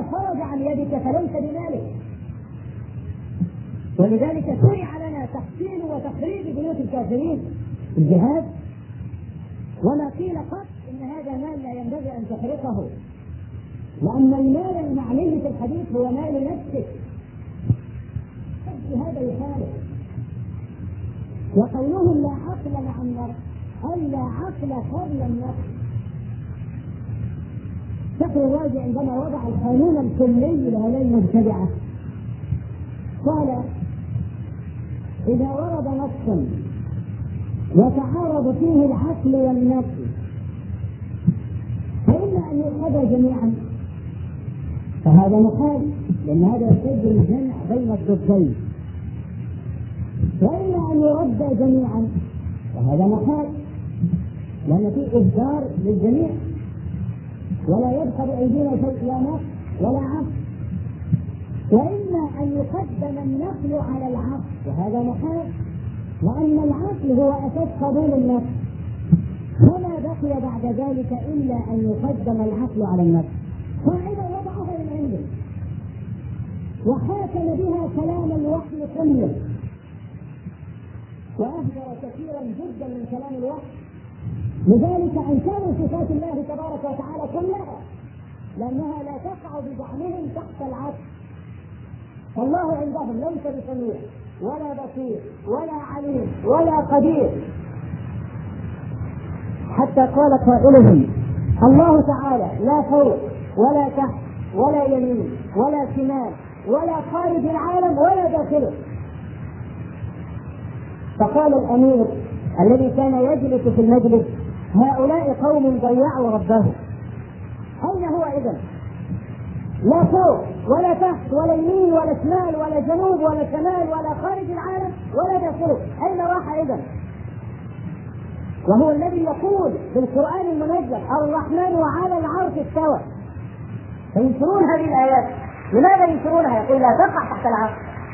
خرج عن يدك فليس بمالك. ولذلك شرع لنا تحسين وتخريب بيوت الكافرين في الجهاد، وما قيل قط ان هذا مال لا ينبغي ان تحرقه، لان المال المعني في الحديث هو مال نفسك، هذا يخالف. وقولهم لا عقل مع النفس أي لا عقل قبل النفس. فخر الرازي عندما وضع القانون الكلي لهؤلاء المبتدعة قال: إذا ورد نص يتعارض فيه العقل والنفس فإما أن يؤخذ جميعا، فهذا محال، لأن هذا يحتاج الجمع بين الضدين، وإما أن يرد جميعا، وهذا محال، لأن فيه إبدار للجميع، ولا يبقى بأيدينا شيء لا نقص ولا عقل. وإما أن يقدم النقل على العقل، وهذا محال، لأن العقل هو أساس قبول النفس، وما بقي بعد ذلك إلا أن يقدم العقل على النفس. قاعدة وضعها من عنده وحاكم بها كلام الوحي كله، وأهدر كثيرا جدا من كلام الوحي. لذلك أنكروا صفات الله تبارك وتعالى كلها، لأنها لا تقع بزعمهم تحت العقل. فالله عندهم ليس بسميع ولا بصير ولا عليم ولا قدير، حتى قال قائلهم: الله تعالى لا فوق ولا تحت ولا يمين ولا شمال ولا خارج العالم ولا داخله. فقال الأمير الذي كان يجلس في المجلس: هؤلاء قوم ضيعوا ربهم. أين هو إذن؟ لا فوق ولا تحت ولا يمين ولا شمال ولا جنوب ولا شمال ولا خارج العالم ولا داخله، أين راح إذن؟ وهو الذي يقول في القرآن المنزل: الرحمن على العرش استوى. فينكرون هذه الآيات. لماذا ينكرونها؟ يقول لا تقع تحت العرش.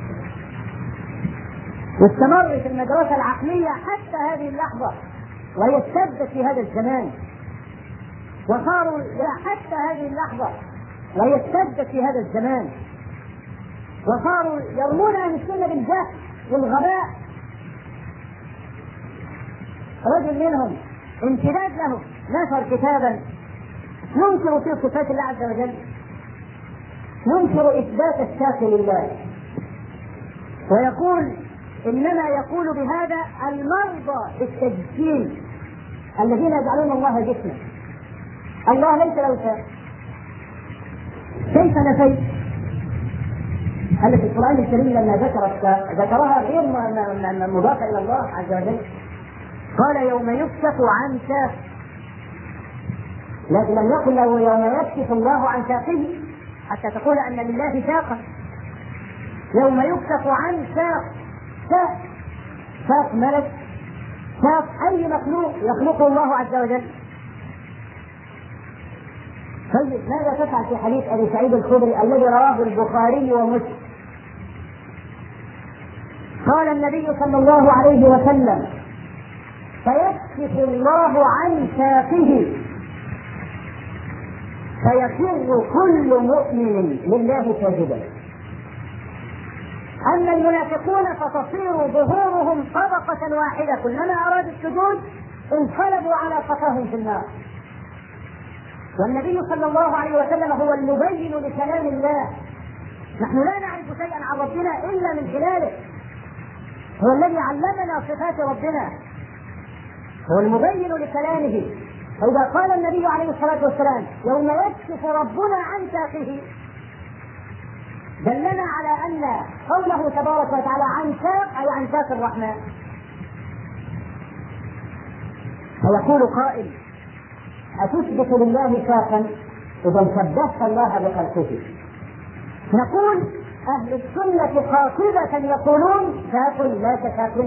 واستمر في المدرسة العقلية حتى هذه اللحظة، وهي اشتدت في هذا الزمان، وصاروا حتى هذه اللحظة وهي اشتدت في هذا الزمان، وصاروا يرمون أهل السنة بالجهل والغباء. رجل منهم امتداد له نشر كتابا ينكر فيه صفات الله عز وجل، ينكر إثبات الشاك لله، ويقول إنما يقول بهذا المرضى بالتجسيم الذين يجعلون الله جسما. الله ليس له شاك. كيف نفيت؟ هل في القرآن الكريم لما ذكرها غير مضافة إلى الله عز وجل؟ قال: يوم يكشف عن ساق، لكن لم يقل له يوم يكشف الله عن ساقه حتى تقول أن لله ساقا. يوم يكشف عن ساق، ساق ملك، ساق أي مخلوق يخلقه الله عز وجل. طيب ماذا تفعل في حديث أبي سعيد الخدري الذي رواه البخاري ومسلم؟ قال النبي صلى الله عليه وسلم: فيكشف الله عن ساقه فيخر كل مؤمن لله ساجدا. أما المنافقون فتصير ظهورهم طبقة واحدة، كلما أرادوا السجود انقلبوا على قفاهم في النار. والنبي صلى الله عليه وسلم هو المبين لكلام الله. نحن لا نعرف شيئا عن ربنا إلا من خلاله، هو الذي علمنا صفات ربنا، هو المبين لكلامه. فإذا قال النبي عليه الصلاة والسلام: يوم يكشف ربنا عن ساقه، دلنا على أن قوله تبارك وتعالى عن ساق أي عن ساق الرحمن. فيقول قائل: أتثبت لله ساقا؟ إذا شبهت الله بخلقه. نقول: أهل السنة قاطبة يقولون ساق لا كساقنا،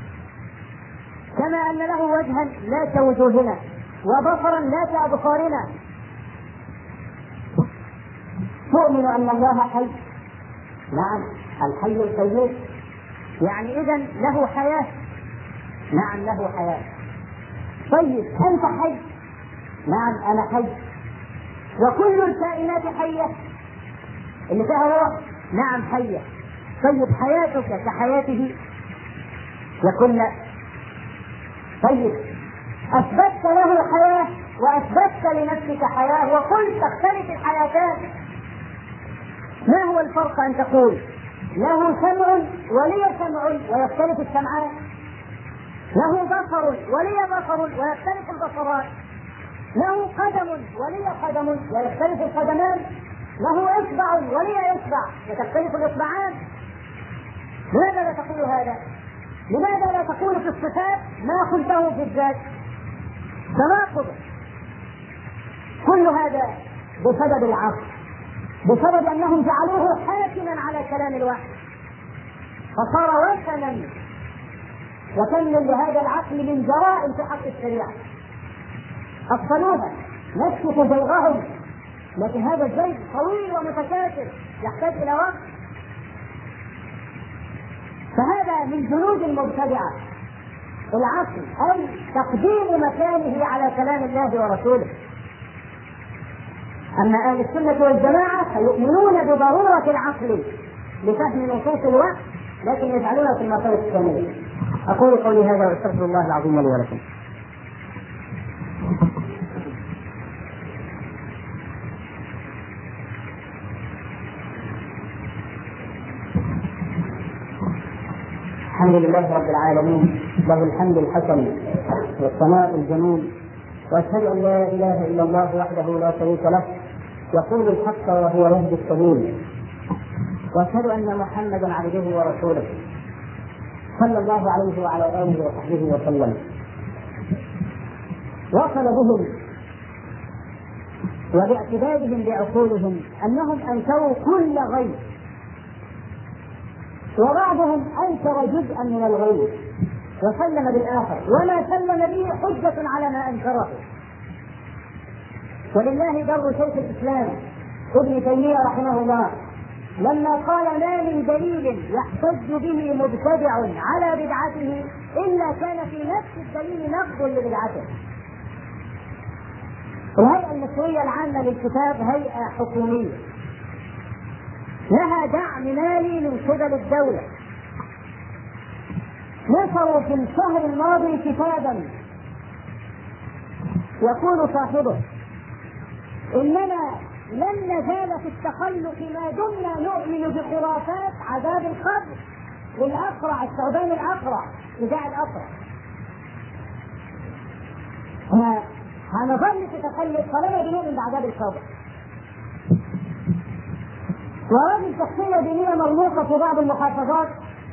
كما أن له وجها لا كوجوهنا وبصرا لا كأبصارنا. تؤمن أن الله حي؟ نعم، الحي القيوم، يعني إذن له حياة. نعم له حياة. طيب أنت حي؟ نعم أنا حي. وكل الكائنات حية؟ اللي فيها روح، نعم حية. طيب حياتك كحياته؟ يقول لا. طيب أثبتت له حياة وأثبتت لنفسك حياة وقلت تختلف الحياتان، ما هو الفرق أن تقول له سمع ولي سمع ويختلف السمعان، له بصر ولي بصر ويختلف البصران، له قدم ولي قدم ويختلف القدمان، له إصبع ولي إصبع وتختلف الإصبعان؟ لماذا لا تقول هذا؟ لماذا لا تقول في الصفات ما قلته في الذات؟ تناقض. كل هذا بسبب العقل، بسبب أنهم جعلوه حاكما على كلام الوحي فصار وثنا وكمل لهذا العقل من جرائم في حق الشريعة. أصلوها نكشف زيغهم، لكن هذا الزيغ طويل ومتكاثر يحتاج إلى وقت. فهذا من جنود المبتدعة العقل، أي تقديم مكانه على كلام الله ورسوله. أما أهل السنة والجماعة فيؤمنون بضرورة العقل لفهم نصوص الوحي، لكن يجعلونها في المصادر الثانية. أقول قولي هذا وأستغفر الله العظيم لي ولكم. الحمد لله رب العالمين، له الحمد الحسن والثناء الجميل، وأشهد أن لا إله إلا الله وحده لا شريك له يقول الحق وهو يهدي السبيل، وأشهد أن محمدا عبده ورسوله صلى الله عليه وعلى آله وصحبه وسلم. وصل بهم وباعتدادهم بعقولهم أنهم أنكروا كل غيب، وبعضهم أنكر جزءا من الغيب وسلم بالآخر، وما سلم به حجة على ما أنكره. ولله در شيخ الإسلام ابن تيمية رحمه الله لما قال ما من دليل يحتج به مبتدع على بدعته إلا كان في نفس الدليل نقض لبدعته. الهيئة المصرية العامة للكتاب هيئة حكومية لها دعم مالي من قبل الدولة. نشروا في الشهر الماضي كتابا يقول صاحبه إننا لن نزال في التخلف ما دمنا نؤمن بخرافات عذاب القبر للأقرع، الثعبان الأقرع بتاع الأقرع. هنظل في تخلف طالما بنؤمن بعذاب القبر. ورجل شخصية دينية مرموقة في بعض المحافظات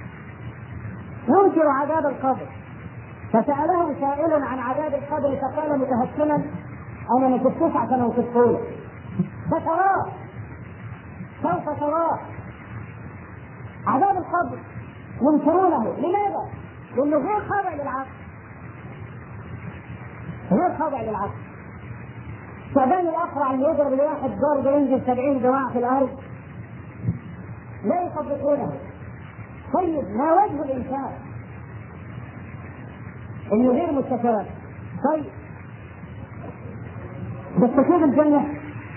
ينكر عذاب القبر، فسأله سائل عن عذاب القبر فقال متهكما أنا ما كنتش عشان أوصفه لك، فتراه سوف تراه. عذاب القبر ينكرونه، لماذا؟ لأنه غير خاضع للعقل، غير خاضع للعقل. ثعبان الأقرع اللي يضرب الواحد ضرب ينزل 70 جماعة في الأرض لا يصدقونه. طيب ما وجه الإنكار؟ إنه غير مستفاد. طيب تستفيد الجنة؟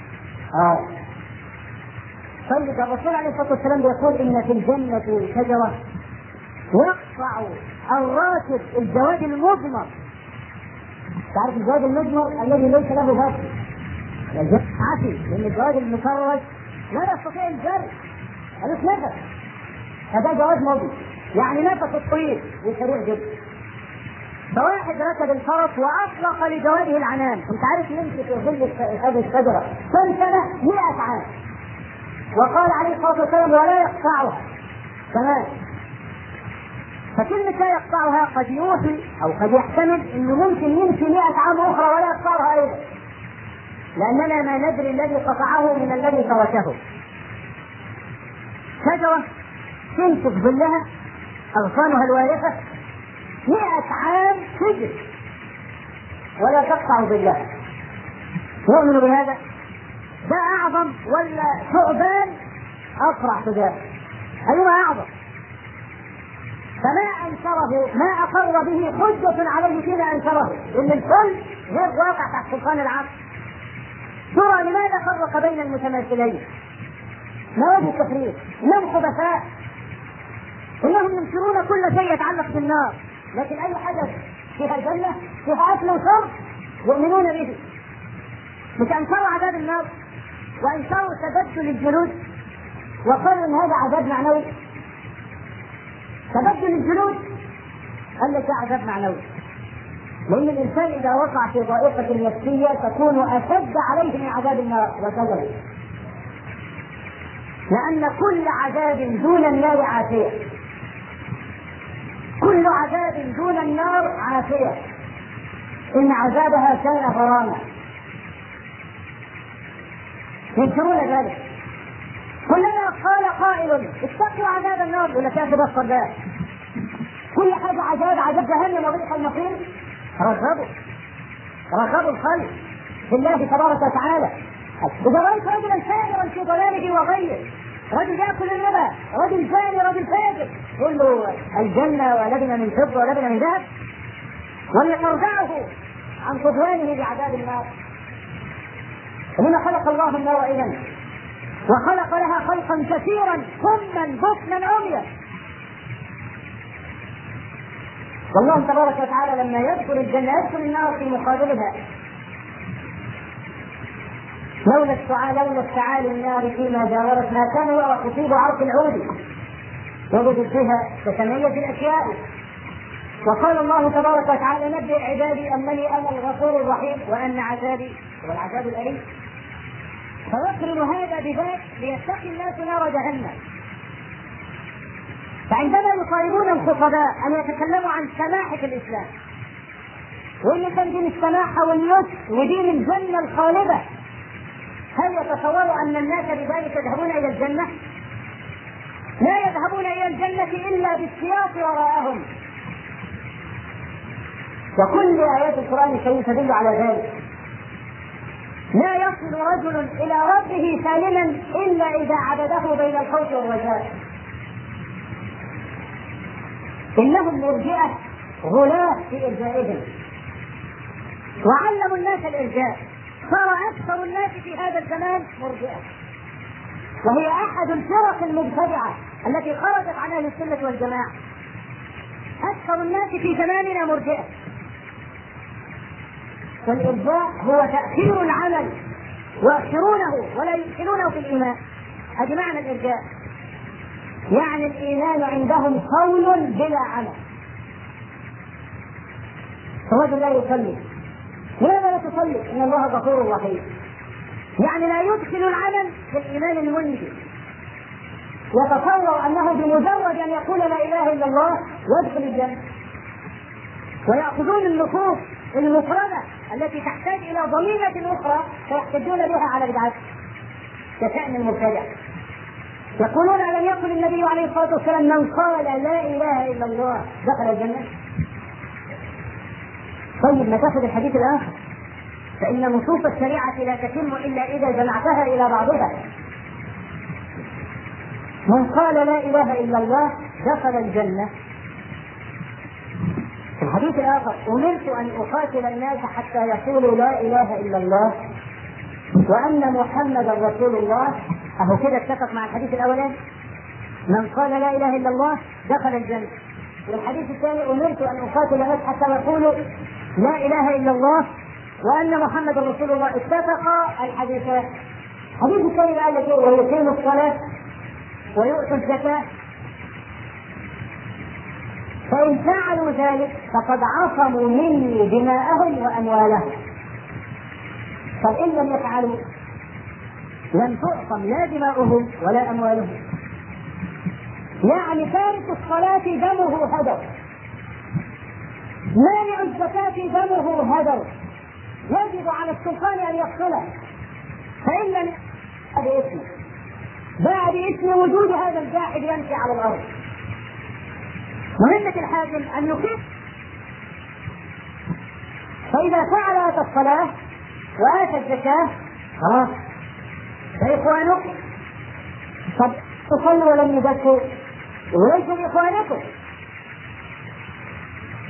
طيب الرسول عليه الصلاة والسلام يقول إن في الجنة شجرة يقطع الراكب الجواد المضمر. تعرف الجواد المضمر الذي ليس له باطل، الجواد عافي، لأن الجواد المفرج لا يستطيع الجري، ملوش نفس، هذا جواد مضمر يعني نفسه طويل وسريع جدا. فواحد ركب الفرس وأطلق لجواده العنان، انت عارف يمشي في ظل هذه الشجرة كم سنة؟ 100 عام. وقال عليه الصلاة والسلام ولا يقطعها كمان. فكلمة لا يقطعها قد يوحي أو قد يحتمل إنه ممكن يمشي 100 عام أخرى ولا يقطعها أيضا، لأننا ما ندري الذي قطعه من الذي تركه. شجرة تمسك ظلها أغصانها الوارثة 100 عام تجري ولا تقطع ظلها. نؤمن بهذا؟ ده أعظم ولا ثعبان أقرع تجاه؟ أيهما أعظم؟ فما أنكره ما أقر به حجة عليه فيما أنكره، إن الكل غير واقع تحت سلطان العقل. ترى لماذا فرق بين المتماثلين؟ ما وجه التفريق؟ انهم خبثاء، انهم ينشرون كل شيء يتعلق بالنار، لكن اي حدث فيها الجنه فيها اكل وشرب يؤمنون به. مش انكروا عذاب النار وانكروا تبدل الجلود وقالوا ان هذا عذاب معنوي. تبدل الجلود قال لك عذاب معنوي، لان الانسان اذا وقع في ضائقه نفسيه تكون اشد عليه من عذاب النار وكذلك، لان كل عذاب دون النار عافيه، كل عذاب دون النار عافيه، ان عذابها كان غراما. ينكرون ذلك. كلما قال قائل اتقوا عذاب النار يقول لك يا اخي بصر ده كل حاجه عذاب جهنم وبئس المصير. رغبوا الخلق في الله تبارك وتعالى. اذا رايت رجلا فاجرا في ضلاله وغيره، رجل ياكل الربا، رجل زاني، رجل فاجر، قل له الجنه ولبنا من فضه ولبنا من ذهب، ولا ترجعه عن طغيانه بعذاب النار. هنا خلق الله النار اذا، وخلق لها خلقا كثيرا صما بكما عميا. والله تبارك وتعالى لما يدخل الجنه يدخل النار في مقابلها. لولا استعال النار فيما جاورت ما كان يرى خطيب عرق العود وجدت فيها تتميز الاشياء. وقال الله تبارك وتعالى نبئ عبادي انني انا الغفور الرحيم وان عذابي هو العذاب الاليم. فيقرن هذا بذاك ليتقي الناس نار جهنم. فعندما يطالبون الخطباء ان يتكلموا عن سماحه الاسلام، وان كان دين السماحه واليسر ودين الجنه الخالده، هل يتصوروا ان الناس بذلك يذهبون الى الجنه؟ لا يذهبون الى الجنه الا بالسياق وراءهم. وكل ايات القران الكريم تدل على ذلك. لا يصل رجل الى ربه سالما الا اذا عبده بين الخوف والرجاء. انهم مرجئه غلاة في ارجائهم، وعلموا الناس الارجاء، صار اكثر الناس في هذا الزمان مرجئه، وهي احد الفرق المبتدعه التي خرجت عن اهل السنه والجماعه. اكثر الناس في زماننا مرجئه. والارجاء هو تاخير العمل ويؤخرونه ولا يدخلونه في الايمان. هذا معنى الارجاء، يعني الايمان عندهم قول بلا عمل. الرجل لا يصلي، لماذا لا تصلي؟ ان الله غفور رحيم. يعني لا يدخل العمل في الايمان المنجي، يتصور انه بمجرد ان يقول لا اله الا الله يدخل الجنه. ويأخذون النصوص المفردة التي تحتاج إلى ضميمة أخرى فيحتجون بها على بدعته كشأن المبتدع. يقولون ألم يقل النبي عليه الصلاة والسلام من قال لا إله إلا الله دخل الجنة؟ طيب ما تأخذ الحديث الآخر، فإن نصوص الشريعة لا تتم إلا إذا جمعتها إلى بعضها. من قال لا إله إلا الله دخل الجنة. في الحديث الآخر أمرت أن أقاتل الناس حتى يقولوا لا إله إلا الله وأن محمدا رسول الله. أهو كده اتفق مع الحديث الأولاني، من قال لا إله إلا الله دخل الجنة. والحديث الثاني أمرت أن أقاتل الناس حتى يقولوا لا إله إلا الله وأن محمدا رسول الله. اتفق الحديثان. الحديث الثاني قال لك ويقيموا الصلاة ويؤتوا الزكاة، فإن فعلوا ذلك فقد عصموا مني دماءهم وأموالهم. فإن لم يفعلوا لم تعصم لا دماؤهم ولا أموالهم. يعني تارك الصلاة دمه هدر، مانع الزكاة دمه هدر، يجب على السلطان أن يقتله. فإن لم باع باسم وجود هذا الجاحد يمشي على الأرض. مهمة الحاكم أن يقيم. فإذا فعل الصلاة وآتى الزكاة خلاص فإخوانكم. طب تصلوا ولم يزكوا وليسوا إخوانكم.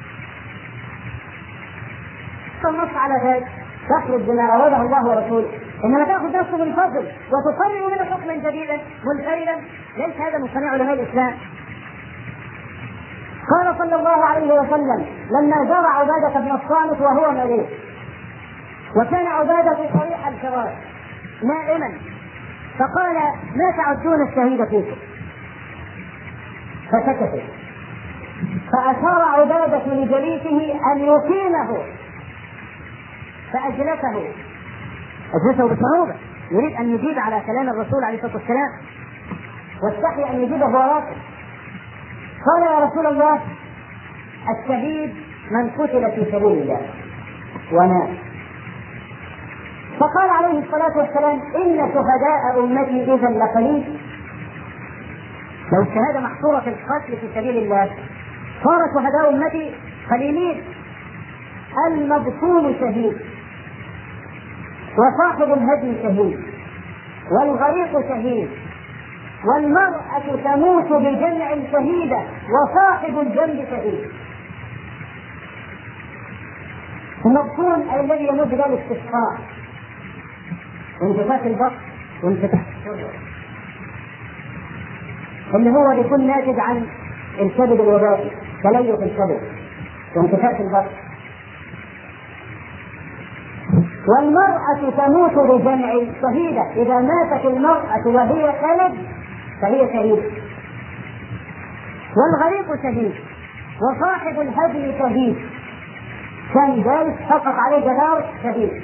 النص على ذلك تخرج بما أراده الله ورسوله. إنما تأخذ نفسه بالفضل وتقرر منه حكما جديدا منفردا، ليس هذا من صنيع علماء الإسلام. قال صلى الله عليه وسلم لما زار عبادة بن الصامت وهو مريض، وكان عبادة صريح الفراش نائما، فقال ما تعدون الشهيد فيكم؟ فسكتوا، فأشار عبادة لجليسه أن يقيمه فأجلسه بصعوبة، يريد أن يجيب على كلام الرسول عليه الصلاة والسلام واستحي أن يجيبه وراءه. قال يا رسول الله الشهيد من قتل في سبيل الله ونام. فقال عليه الصلاة والسلام إن شهداء أمتي إذا لقليل. لو الشهادة محصورة في القتل في سبيل الله صار شهداء أمتي قليلين. المبطول شهيد، وصاحب الهدي شهيد، والغريق شهيد، والمرأة تموت بجمع شهيدة، وصاحب الجنب شهيد. المبطول أي الذي يموت ذلك الاستسقاء وانتفاخ البطن وانفتاح الشرب، اللي هو يكون ناتج عن الكبد الوبائي، تليف الكبد وانتفاخ البطن. والمرأة تموت بجمع شهيدة، إذا ماتت المرأة وهي تلد فهي شهيدة. والغريق شهيد، وصاحب الهدي شهيد، كان ذلك سقط عليه جدار شهيد.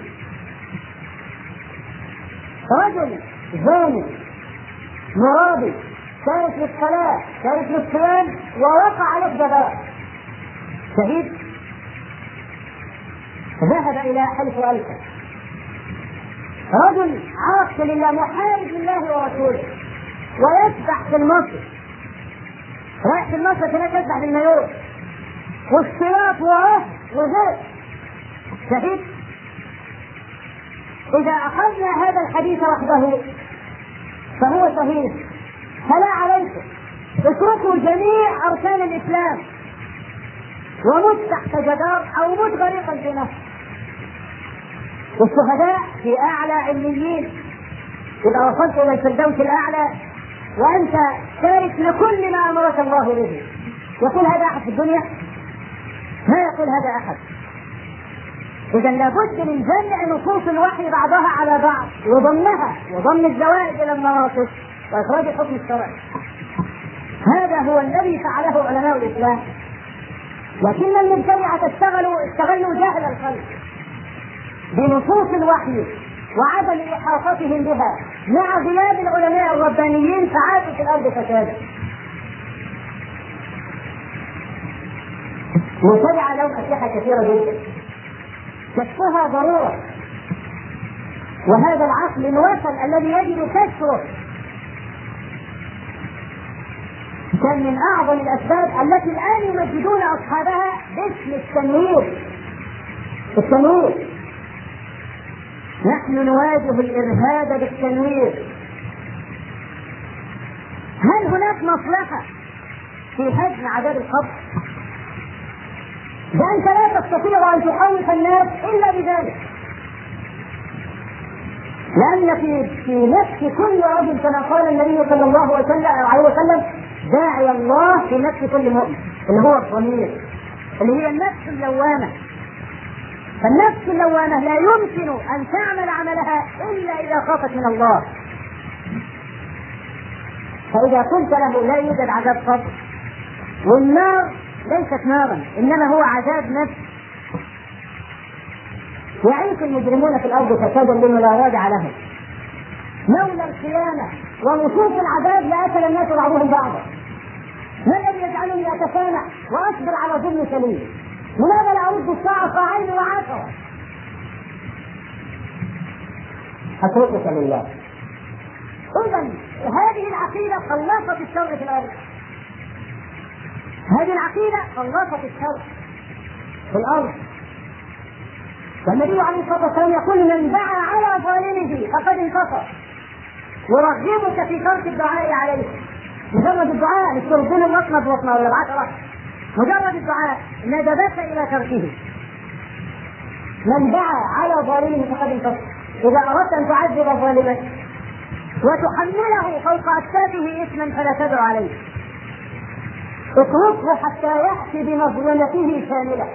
رجل زاني مرابي تارك للصلاة تارك للصيام ووقع عليه جدار شهيد، ذهب إلى حلف ألفة. رجل عاص لله محارب لله ورسوله ويسبح في المصر، رايح في المصر هناك يسبح بالمايوه والصراط وراه وزاد شهيد. إذا أخذنا هذا الحديث وحده فهو شهيد. فلا عليكم اتركوا جميع أركان الإسلام ومت تحت جدار أو مت غريقا في نفسه. والشهداء في أعلى عليين، إذا وصلت إلى الفردوس الأعلى وأنت تارك لكل ما أمرك الله به. يقول هذا أحد في الدنيا؟ ما يقول هذا أحد. إذا لابد من جمع نصوص الوحي بعضها على بعض وضمها وضم الزوائد إلى النواقص وإخراج الحكم الشرعي. هذا هو الذي فعله علماء الإسلام. لكن المبتدعة استغلوا جهل الخلق بنصوص الوحي وعدم إحاطتهم بها مع غياب العلماء الربانيين، فعاشوا في الأرض فسادا. مبتدعة لهم أسلحة كثيرة جدا كشفها ضرورة، وهذا العقل الوثن الذي يجب كشفه كان من أعظم الأسباب التي الآن يمجدون أصحابها باسم التنوير. نحن نواجه الإرهاب بالتنوير. هل هناك مصلحة في هدم عذاب القبر؟ ده أنت لا تستطيع أن تخوف الناس إلا بذلك، لأن في نفس كل رجل كما قال النبي صلى الله عليه وسلم داعي الله في نفس كل مؤمن، اللي هو الضمير، اللي هي النفس اللوامة. فالنفس اللوامة لا يمكن أن تعمل عملها إلا إذا خافت من الله. فإذا قلت له لا يوجد عذاب قبر، والنار ليست نارا إنما هو عذاب نفس، يعيش المجرمون في الأرض فسادا لما لا رادع لهم. لولا القيامة ونصوص العذاب لأكل الناس بعضهم بعضا. ما الذي يجعلني أتسامح وأصبر على ظلم سليم؟ لماذا لا أرد الساعة ساعين وعشرة؟ أتركك لله. إذا هذه العقيدة خلصت الشر في الأرض. هذه العقيدة خلصت الشر في الأرض. والنبي عليه الصلاة والسلام يقول من دعا على ظالمه فقد انتصر. يرغبك في ترك الدعاء عليه. مجرد الدعاء مش تردون الوصمة بوصمة ولا بعشرة، مجرد الدعاء ندبك إلى تركه. من دعا على ظالمه فقد انتصر. إذا أردت أن تعذب ظالما وتحمله فوق أكتافه إثما فلا تدع عليه، اتركه حتى يأتي بمظلمته كاملة،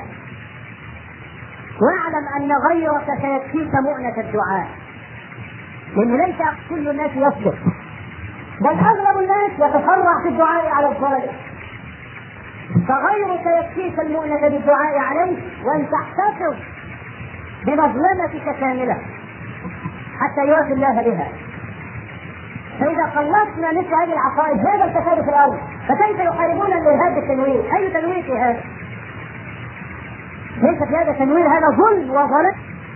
واعلم أن غيرك سيكفيك مؤنة الدعاء، لأن ليس كل الناس يصدق، بل أغلب الناس يتفرع في الدعاء على الظالم، فغيرك يكفيك المؤنة بالدعاء عليه وأن تحتفظ بمظلمتك كاملة حتى يوافي الله بها. فإذا خلصنا مثل هذه العقائد هذا الفساد في الأرض، فكيف يحاربون الإرهاب بالتنوير؟ أي تنوير في هذا؟ ليس في هذا تنوير، هذا ظلم وظلم.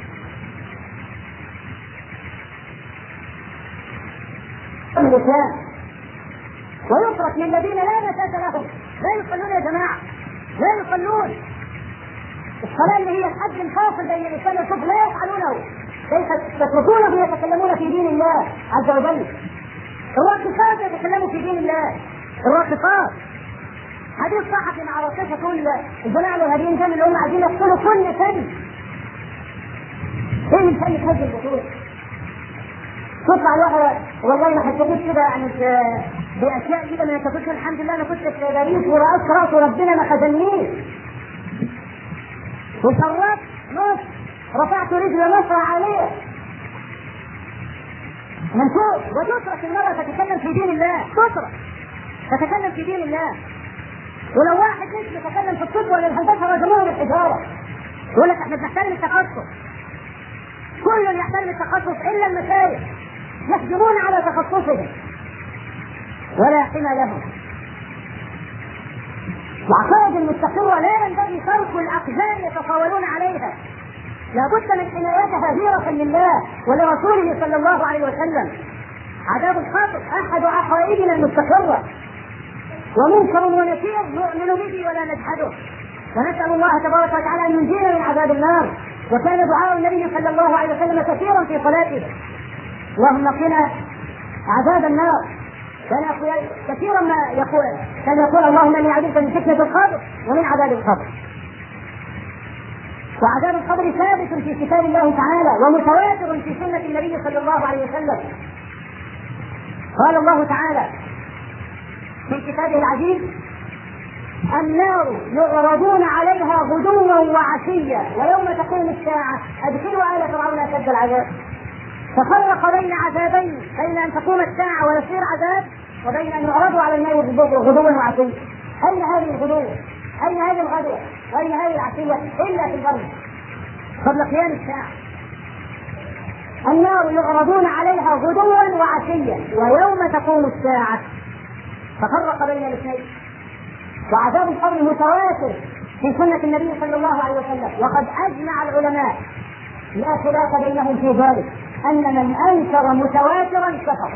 ويترك للذين لا مساس لهم، لا يصلون يا جماعة، لا يصلون. الصلاة اللي هي الحد الفاصل بين الإنسان والكفر لا يفعلونه، كيف تتركونهم يتكلمون في دين الله عز وجل؟ الراقصات يتكلموا في دين الله، الراقصات. حديث صحفي مع راقصة تقول الجماعة الوهابيين كانوا اللي هم عايزين يقتلوا كل فن. ايه من فن هذه البطولة؟ تطلع الواحدة والله ما حسيتش كده يعني بأشياء كده من التفكير. الحمد لله أنا كنت في باريس ورأس وربنا ما خذلنيش، وشربت مصر، رفعت رجل مصر عليه من فوق. وتترك المرأة تتكلم في دين الله، تتكلم في دين الله. ولو واحد مش يتكلم في الطب ولا الهندسة رجموه بالحجارة. يقول لك احنا بنحترم التخصص، كل يحترم التخصص إلا المشايخ يحجمون على تخصصهم ولا حمى لهم. العقائد المستقرة لا ينبغي ترك الأقدام يتطاولون عليها، لابد من حمايتها هيرة لله ولرسوله صلى الله عليه وسلم. عذاب القبر أحد عقائدنا المستقرة، ومنكر ونكير نؤمن به ولا نجحده، ونسأل الله تبارك وتعالى أن ينجينا من عذاب النار. وكان دعاء النبي صلى الله عليه وسلم كثيرا في صلاته، اللهم قنا عذاب النار. كثيرا ما كان يقول اللهم اني اعوذ بك من فتنة القبر ومن عذاب القبر. وعذاب القبر ثابت في كتاب الله تعالى ومتواتر في سنة النبي صلى الله عليه وسلم. قال الله تعالى في كتابه العزيز: النار يعرضون عليها غدوا وعشيا ويوم تقوم الساعة أدخلوا آل فرعون أشد العذاب. ففرق بين عذابين، بين أن تقوم الساعة ويصير عذاب وبين أن يعرضوا على النار غدوا وعشيا. أين هذه الغدوة؟ أين هذه الغدوة؟ وأين هذه العشية؟ إلا في الأرض قبل قيام الساعة. النار يعرضون عليها غدوا وعشيا ويوم تقوم الساعة. ففرق بين الاثنين. وعذاب القبر متواتر في سنة النبي صلى الله عليه وسلم، وقد أجمع العلماء لا خلاف بينهم في ذلك أن من أنكر متواترا كفر.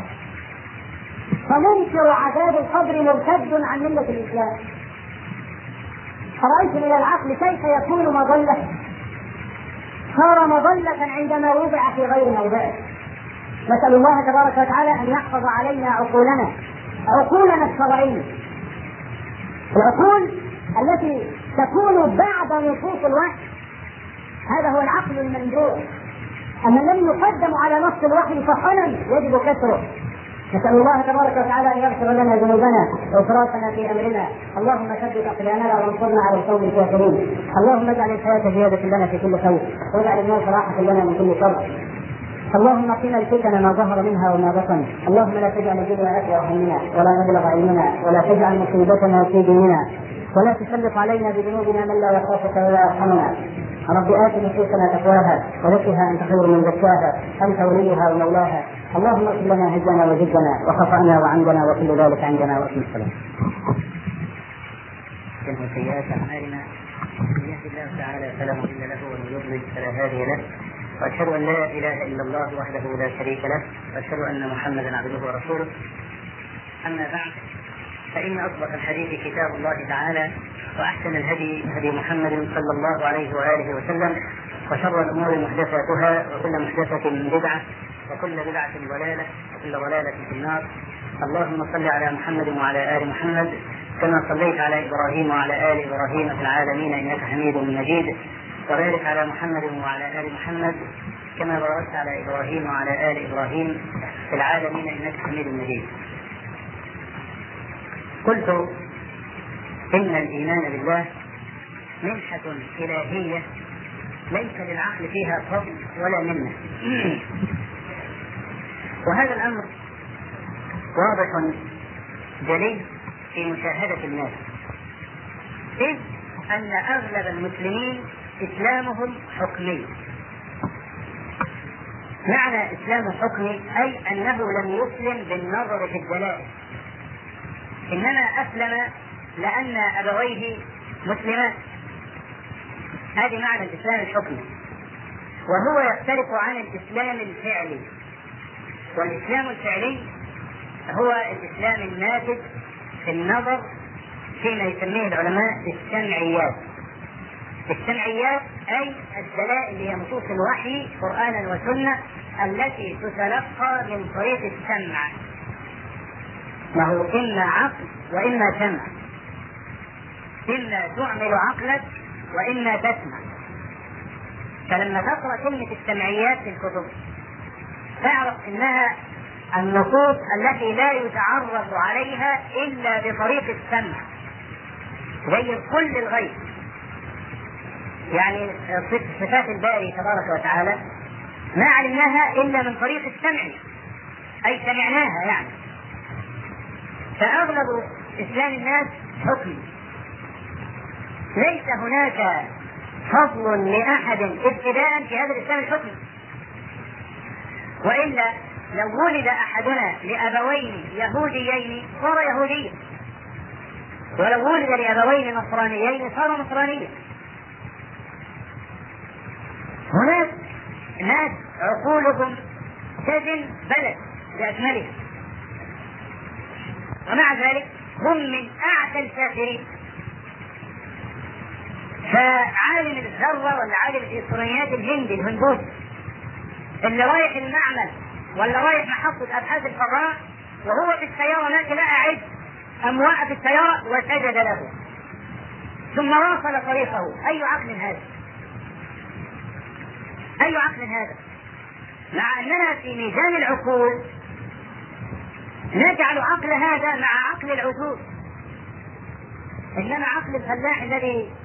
فمنكر عذاب القبر مرتد عن ملة الإسلام. فرأيت من العقل كيف يكون مظلة، صار مظلة عندما وضع في غير موضعه. نسأل الله تبارك وتعالى أن يحفظ علينا عقولنا الشرعية، العقول التي تكون بعد نصوص الوحي. هذا هو العقل الممدوح. أما الذي يقدم على نص الوحي فحنا يجب كسره. نسأل الله تبارك وتعالى أن يغفر لنا ذنوبنا وإسرافنا في أمرنا. اللهم ثبت أقدامنا وانصرنا على القوم الكافرين. اللهم اجعل الحياة زيادة لنا في كل خير، واجعل الموت راحة لنا من كل شر. اللهم قنا الفتن ما ظهر منها وما بطن. اللهم لا تجعل الدنيا أكبر همنا ولا مبلغ علمنا، ولا تجعل مصيبتنا في ديننا، ولا تسلط علينا بذنوبنا من لا يخافك ولا يرحمنا. رب آت نفوسنا تقواها وزكها أنت خير من زكاها، أنت وليها ومولاها. اللهم اغفر لنا هجنا وجدنا وخطأنا وعمدنا وكل ذلك عندنا وأقم الصلاة. من سيئات أعمالنا، من يهد الله تعالى فلا مضل له ومن يضلل فلا هادي له، وأشهد أن لا إله إلا الله وحده لا شريك له، وأشهد أن محمدا عبده ورسوله. أما بعد، فإن أصدق الحديث كتاب الله تعالى، وأحسن الهدي هدي محمد صلى الله عليه وآله وسلم، وشر الأمور محدثاتها، وكل محدثة بدعة، وكل بدعة ضلالة، وكل ضلالة في النار. اللهم صل على محمد وعلى آل محمد كما صليت على إبراهيم وعلى آل إبراهيم في العالمين إنك حميد مجيد، وبارك على محمد وعلى آل محمد كما باركت على إبراهيم وعلى آل إبراهيم في العالمين إنك حميد مجيد. قلت إن الإيمان بالله منحة إلهية ليس للعقل فيها فضل ولا منة. وهذا الأمر واضح جلي في مشاهدة الناس، إذ أن أغلب المسلمين إسلامهم حكمي. معنى إسلام حكمي أي أنه لم يسلم بالنظر في الدلائل، إنما أسلم لأن أبويه مسلمان. هذه معنى الإسلام الحكمي، وهو يختلف عن الإسلام الفعلي. والإسلام الفعلي هو الإسلام الناتج في النظر فيما يسميه العلماء السمعيات. السمعيات أي الدلائل هي نصوص الوحي قرآنا وسنة التي تتلقى من طريق السمع، وهو إما عقل وإما سمع، إما تعمل عقلك وإما تسمع. فلما تقرأ كلمة السمعيات في الكتب تعرف إنها النصوص التي لا يتعرف عليها إلا بطريق السمع، زي كل الغيب. يعني صفات الباري تبارك وتعالى ما علمناها إلا من طريق السمع، أي سمعناها يعني. فأغلب إسلام الناس حكمي، ليس هناك فضل لأحد ابتداء في هذا الإسلام الحكمي. وإلا لو ولد أحدنا لأبوين يهوديين صار يهوديا، ولو ولد لأبوين نصرانيين صار نصرانيا. هناك ناس عقولهم تزن بلد بأكمله، ومع ذلك هم من أعتى الكافرين. فعالم الذرة ولا عالم الإلكترونيات الهندي الهندوسي اللي رايح المعمل ولا رايح محطة أبحاث الفضاء وهو في السيارة ماشي لقى عد أم وقف السيارة وسجد له ثم واصل طريقه. أي عقل هذا؟ أي عقل هذا؟ مع أننا في ميزان العقول نجعل عقل هذا مع عقل العجوز، إنما عقل الفلاح الذي